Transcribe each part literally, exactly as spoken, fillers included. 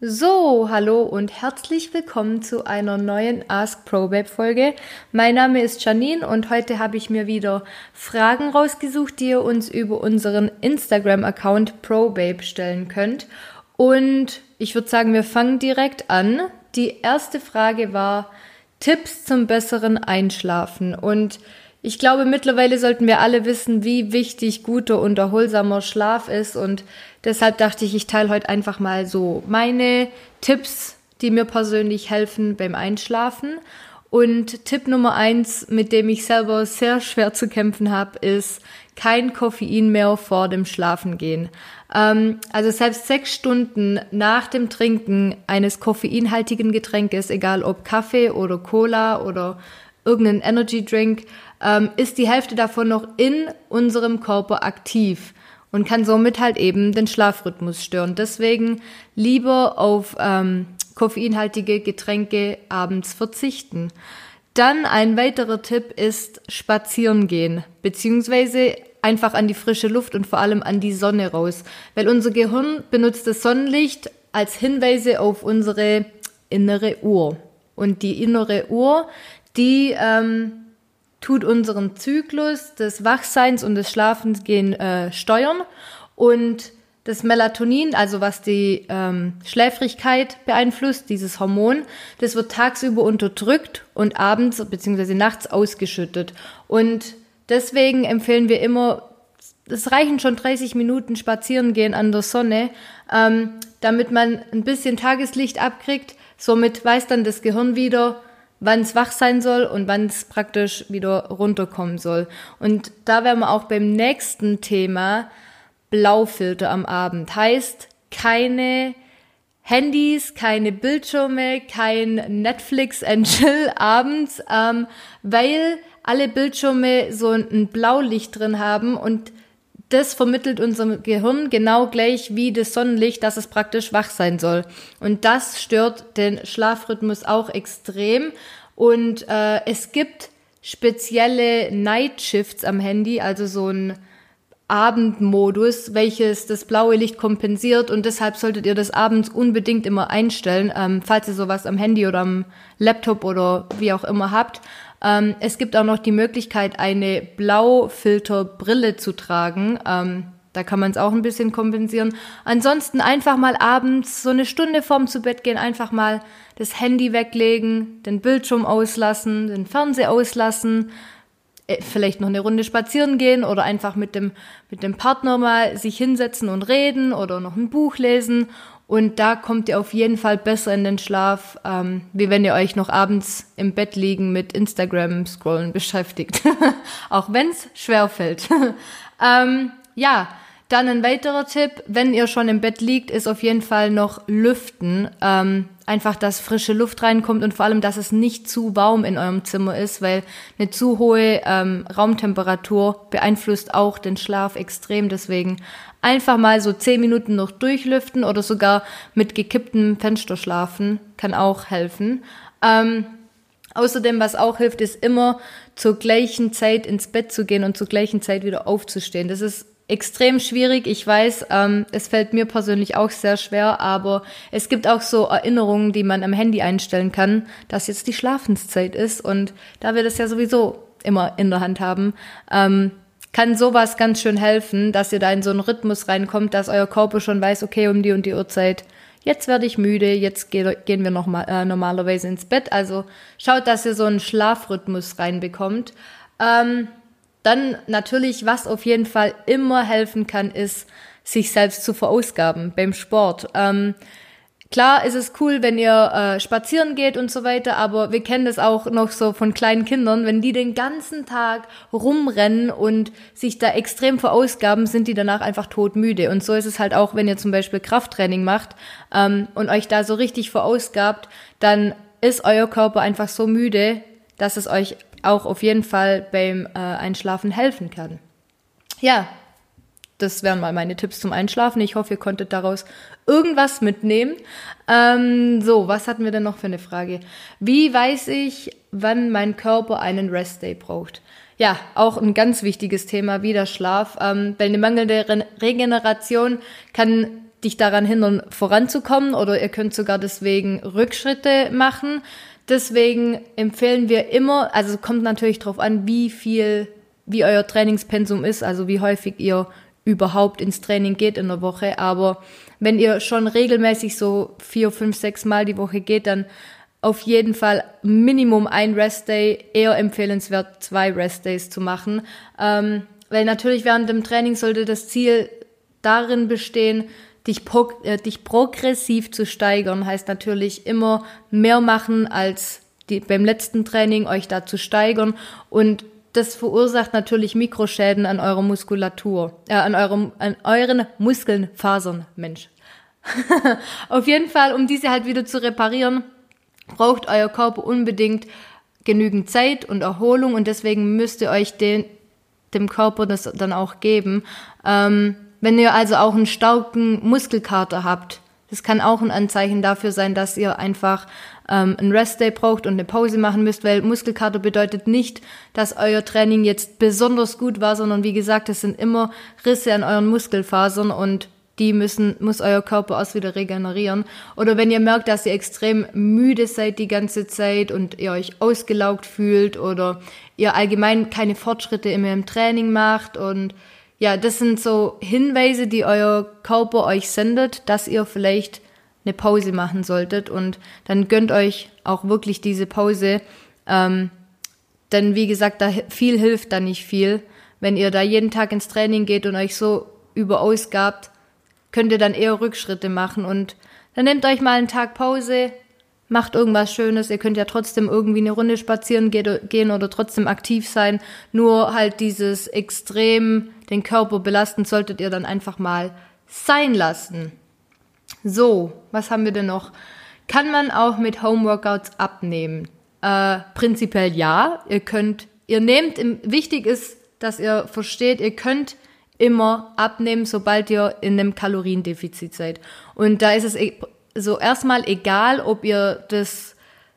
So, hallo und herzlich willkommen zu einer neuen Ask ProBabe Folge. Mein Name ist Janine und heute habe ich mir wieder Fragen rausgesucht, die ihr uns über unseren Instagram-Account ProBabe stellen könnt. Und ich würde sagen, wir fangen direkt an. Die erste Frage war Tipps zum besseren Einschlafen. Und ich glaube, mittlerweile sollten wir alle wissen, wie wichtig guter und erholsamer Schlaf ist, und deshalb dachte ich, ich teile heute einfach mal so meine Tipps, die mir persönlich helfen beim Einschlafen. Und Tipp Nummer eins, mit dem ich selber sehr schwer zu kämpfen habe, ist kein Koffein mehr vor dem Schlafengehen. Ähm, also selbst sechs Stunden nach dem Trinken eines koffeinhaltigen Getränkes, egal ob Kaffee oder Cola oder irgendein Energy Drink, ähm, ist die Hälfte davon noch in unserem Körper aktiv und kann somit halt eben den Schlafrhythmus stören. Deswegen lieber auf ähm, koffeinhaltige Getränke abends verzichten. Dann ein weiterer Tipp ist spazieren gehen, beziehungsweise einfach an die frische Luft und vor allem an die Sonne raus, weil unser Gehirn benutzt das Sonnenlicht als Hinweise auf unsere innere Uhr. Und die innere Uhr, die ähm, tut unseren Zyklus des Wachseins und des Schlafensgehen äh, steuern, und das Melatonin, also was die ähm, Schläfrigkeit beeinflusst, dieses Hormon, das wird tagsüber unterdrückt und abends bzw. nachts ausgeschüttet. Und deswegen empfehlen wir immer, es reichen schon dreißig Minuten spazieren gehen an der Sonne, ähm, damit man ein bisschen Tageslicht abkriegt. Somit weiß dann das Gehirn wieder, wann es wach sein soll und wann es praktisch wieder runterkommen soll. Und da wären wir auch beim nächsten Thema, Blaufilter am Abend. Heißt, keine Handys, keine Bildschirme, kein Netflix and Chill abends, ähm, weil alle Bildschirme so ein Blaulicht drin haben, und das vermittelt unserem Gehirn genau gleich wie das Sonnenlicht, dass es praktisch wach sein soll. Und das stört den Schlafrhythmus auch extrem. Und äh, es gibt spezielle Night Shifts am Handy, also so ein Abendmodus, welches das blaue Licht kompensiert, und deshalb solltet ihr das abends unbedingt immer einstellen, ähm, falls ihr sowas am Handy oder am Laptop oder wie auch immer habt. Ähm, es gibt auch noch die Möglichkeit, eine Blaufilterbrille zu tragen. Ähm, da kann man es auch ein bisschen kompensieren. Ansonsten einfach mal abends, so eine Stunde vorm zu Bett gehen, einfach mal das Handy weglegen, den Bildschirm auslassen, den Fernseher auslassen, äh, vielleicht noch eine Runde spazieren gehen oder einfach mit dem, mit dem Partner mal sich hinsetzen und reden oder noch ein Buch lesen. Und da kommt ihr auf jeden Fall besser in den Schlaf, ähm, wie wenn ihr euch noch abends im Bett liegen mit Instagram-Scrollen beschäftigt. Auch wenn es schwerfällt. ähm, ja, dann ein weiterer Tipp, wenn ihr schon im Bett liegt, ist auf jeden Fall noch lüften. Ähm, einfach, dass frische Luft reinkommt und vor allem, dass es nicht zu warm in eurem Zimmer ist, weil eine zu hohe ähm, Raumtemperatur beeinflusst auch den Schlaf extrem. Deswegen einfach mal so zehn Minuten noch durchlüften oder sogar mit gekipptem Fenster schlafen, kann auch helfen. Ähm, außerdem, was auch hilft, ist immer zur gleichen Zeit ins Bett zu gehen und zur gleichen Zeit wieder aufzustehen. Das ist extrem schwierig, ich weiß, ähm, es fällt mir persönlich auch sehr schwer, aber es gibt auch so Erinnerungen, die man am Handy einstellen kann, dass jetzt die Schlafenszeit ist, und da wir das ja sowieso immer in der Hand haben, ähm, kann sowas ganz schön helfen, dass ihr da in so einen Rhythmus reinkommt, dass euer Körper schon weiß, okay, um die und die Uhrzeit, jetzt werde ich müde, jetzt ge- gehen wir noch mal, äh, normalerweise ins Bett. Also schaut, dass ihr so einen Schlafrhythmus reinbekommt. Ähm, dann natürlich, was auf jeden Fall immer helfen kann, ist, sich selbst zu verausgaben beim Sport. Ähm, Klar ist es cool, wenn ihr äh, spazieren geht und so weiter, aber wir kennen das auch noch so von kleinen Kindern, wenn die den ganzen Tag rumrennen und sich da extrem verausgaben, sind die danach einfach todmüde. Und so ist es halt auch, wenn ihr zum Beispiel Krafttraining macht ähm, und euch da so richtig verausgabt, dann ist euer Körper einfach so müde, dass es euch auch auf jeden Fall beim äh, Einschlafen helfen kann. Ja, das wären mal meine Tipps zum Einschlafen. Ich hoffe, ihr konntet daraus irgendwas mitnehmen. Ähm, so, was hatten wir denn noch für eine Frage? Wie weiß ich, wann mein Körper einen Restday braucht? Ja, auch ein ganz wichtiges Thema, wie der Schlaf. Ähm, weil eine mangelnde Re- Regeneration kann dich daran hindern, voranzukommen oder ihr könnt sogar deswegen Rückschritte machen. Deswegen empfehlen wir immer, also es kommt natürlich darauf an, wie viel, wie euer Trainingspensum ist, also wie häufig ihr überhaupt ins Training geht in der Woche. Aber wenn ihr schon regelmäßig so vier, fünf, sechs Mal die Woche geht, dann auf jeden Fall Minimum ein Restday, eher empfehlenswert zwei Restdays zu machen. Ähm, weil natürlich während dem Training sollte das Ziel darin bestehen, dich, pro, äh, dich progressiv zu steigern. Heißt natürlich immer mehr machen als die, beim letzten Training, euch da zu steigern. Und das verursacht natürlich Mikroschäden an eurer Muskulatur, äh, an, eurem, an euren Muskeln, Fasern, Mensch. Auf jeden Fall, um diese halt wieder zu reparieren, braucht euer Körper unbedingt genügend Zeit und Erholung und deswegen müsst ihr euch den, dem Körper das dann auch geben. Ähm, wenn ihr also auch einen starken Muskelkater habt, das kann auch ein Anzeichen dafür sein, dass ihr einfach ähm, einen Restday braucht und eine Pause machen müsst, weil Muskelkater bedeutet nicht, dass euer Training jetzt besonders gut war, sondern wie gesagt, es sind immer Risse an euren Muskelfasern und die müssen, muss euer Körper erst wieder regenerieren. Oder wenn ihr merkt, dass ihr extrem müde seid die ganze Zeit und ihr euch ausgelaugt fühlt oder ihr allgemein keine Fortschritte in eurem Training macht und ja, das sind so Hinweise, die euer Körper euch sendet, dass ihr vielleicht eine Pause machen solltet und dann gönnt euch auch wirklich diese Pause, ähm, denn wie gesagt, da viel hilft da nicht viel. Wenn ihr da jeden Tag ins Training geht und euch so überausgabt, könnt ihr dann eher Rückschritte machen und dann nehmt euch mal einen Tag Pause, macht irgendwas Schönes, ihr könnt ja trotzdem irgendwie eine Runde spazieren gehen oder trotzdem aktiv sein, nur halt dieses extrem den Körper belasten solltet ihr dann einfach mal sein lassen. So, was haben wir denn noch? Kann man auch mit Homeworkouts abnehmen? Äh, prinzipiell ja, ihr könnt, ihr nehmt, wichtig ist, dass ihr versteht, ihr könnt immer abnehmen, sobald ihr in einem Kaloriendefizit seid. Und da ist es so erstmal egal, ob ihr das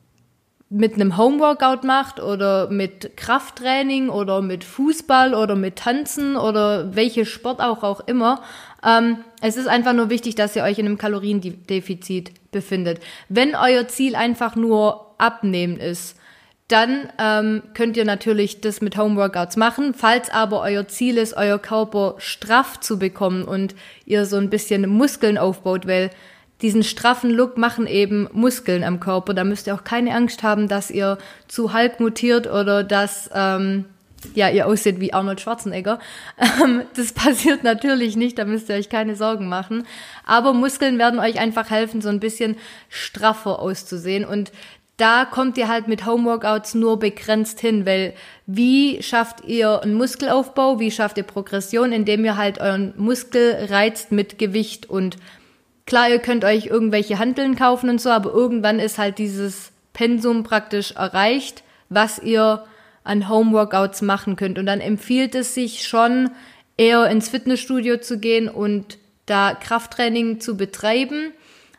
mit einem Homeworkout macht oder mit Krafttraining oder mit Fußball oder mit Tanzen oder welche Sport auch auch immer. Ähm, es ist einfach nur wichtig, dass ihr euch in einem Kaloriendefizit befindet. Wenn euer Ziel einfach nur abnehmen ist, dann ähm, könnt ihr natürlich das mit Homeworkouts machen. Falls aber euer Ziel ist, euer Körper straff zu bekommen und ihr so ein bisschen Muskeln aufbaut, weil diesen straffen Look machen eben Muskeln am Körper. Da müsst ihr auch keine Angst haben, dass ihr zu Hulk mutiert oder dass ähm, ja ihr aussieht wie Arnold Schwarzenegger. Ähm, das passiert natürlich nicht, da müsst ihr euch keine Sorgen machen. Aber Muskeln werden euch einfach helfen, so ein bisschen straffer auszusehen. Und da kommt ihr halt mit Homeworkouts nur begrenzt hin, weil wie schafft ihr einen Muskelaufbau, wie schafft ihr Progression, indem ihr halt euren Muskel reizt mit Gewicht und klar, ihr könnt euch irgendwelche Hanteln kaufen und so, aber irgendwann ist halt dieses Pensum praktisch erreicht, was ihr an Homeworkouts machen könnt. Und dann empfiehlt es sich schon, eher ins Fitnessstudio zu gehen und da Krafttraining zu betreiben.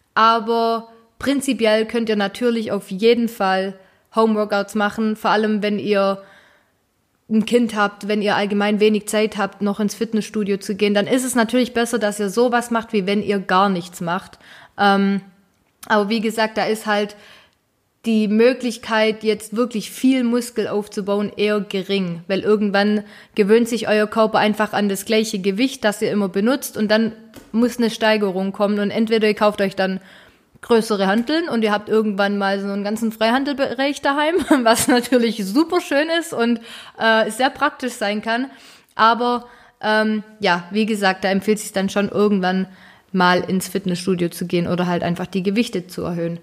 Aber prinzipiell könnt ihr natürlich auf jeden Fall Homeworkouts machen, vor allem wenn ihr ein Kind habt, wenn ihr allgemein wenig Zeit habt, noch ins Fitnessstudio zu gehen, dann ist es natürlich besser, dass ihr sowas macht, wie wenn ihr gar nichts macht. Ähm, aber wie gesagt, da ist halt die Möglichkeit, jetzt wirklich viel Muskel aufzubauen, eher gering, weil irgendwann gewöhnt sich euer Körper einfach an das gleiche Gewicht, das ihr immer benutzt und dann muss eine Steigerung kommen und entweder ihr kauft euch dann größere Hanteln und ihr habt irgendwann mal so einen ganzen Freihandelbereich daheim, was natürlich super schön ist und äh, sehr praktisch sein kann. Aber ähm, ja, wie gesagt, da empfiehlt es sich dann schon irgendwann mal ins Fitnessstudio zu gehen oder halt einfach die Gewichte zu erhöhen.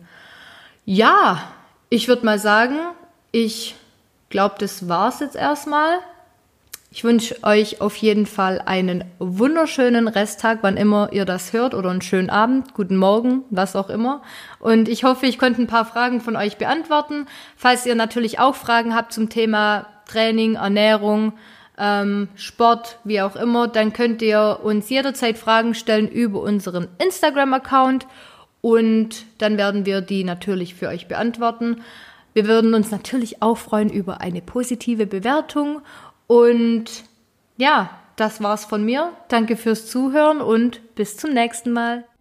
Ja, ich würde mal sagen, ich glaube, das war's jetzt erstmal. Ich wünsche euch auf jeden Fall einen wunderschönen Resttag, wann immer ihr das hört, oder einen schönen Abend, guten Morgen, was auch immer. Und ich hoffe, ich konnte ein paar Fragen von euch beantworten. Falls ihr natürlich auch Fragen habt zum Thema Training, Ernährung, ähm, Sport, wie auch immer, dann könnt ihr uns jederzeit Fragen stellen über unseren Instagram-Account und dann werden wir die natürlich für euch beantworten. Wir würden uns natürlich auch freuen über eine positive Bewertung. Und ja, das war's von mir. Danke fürs Zuhören und bis zum nächsten Mal.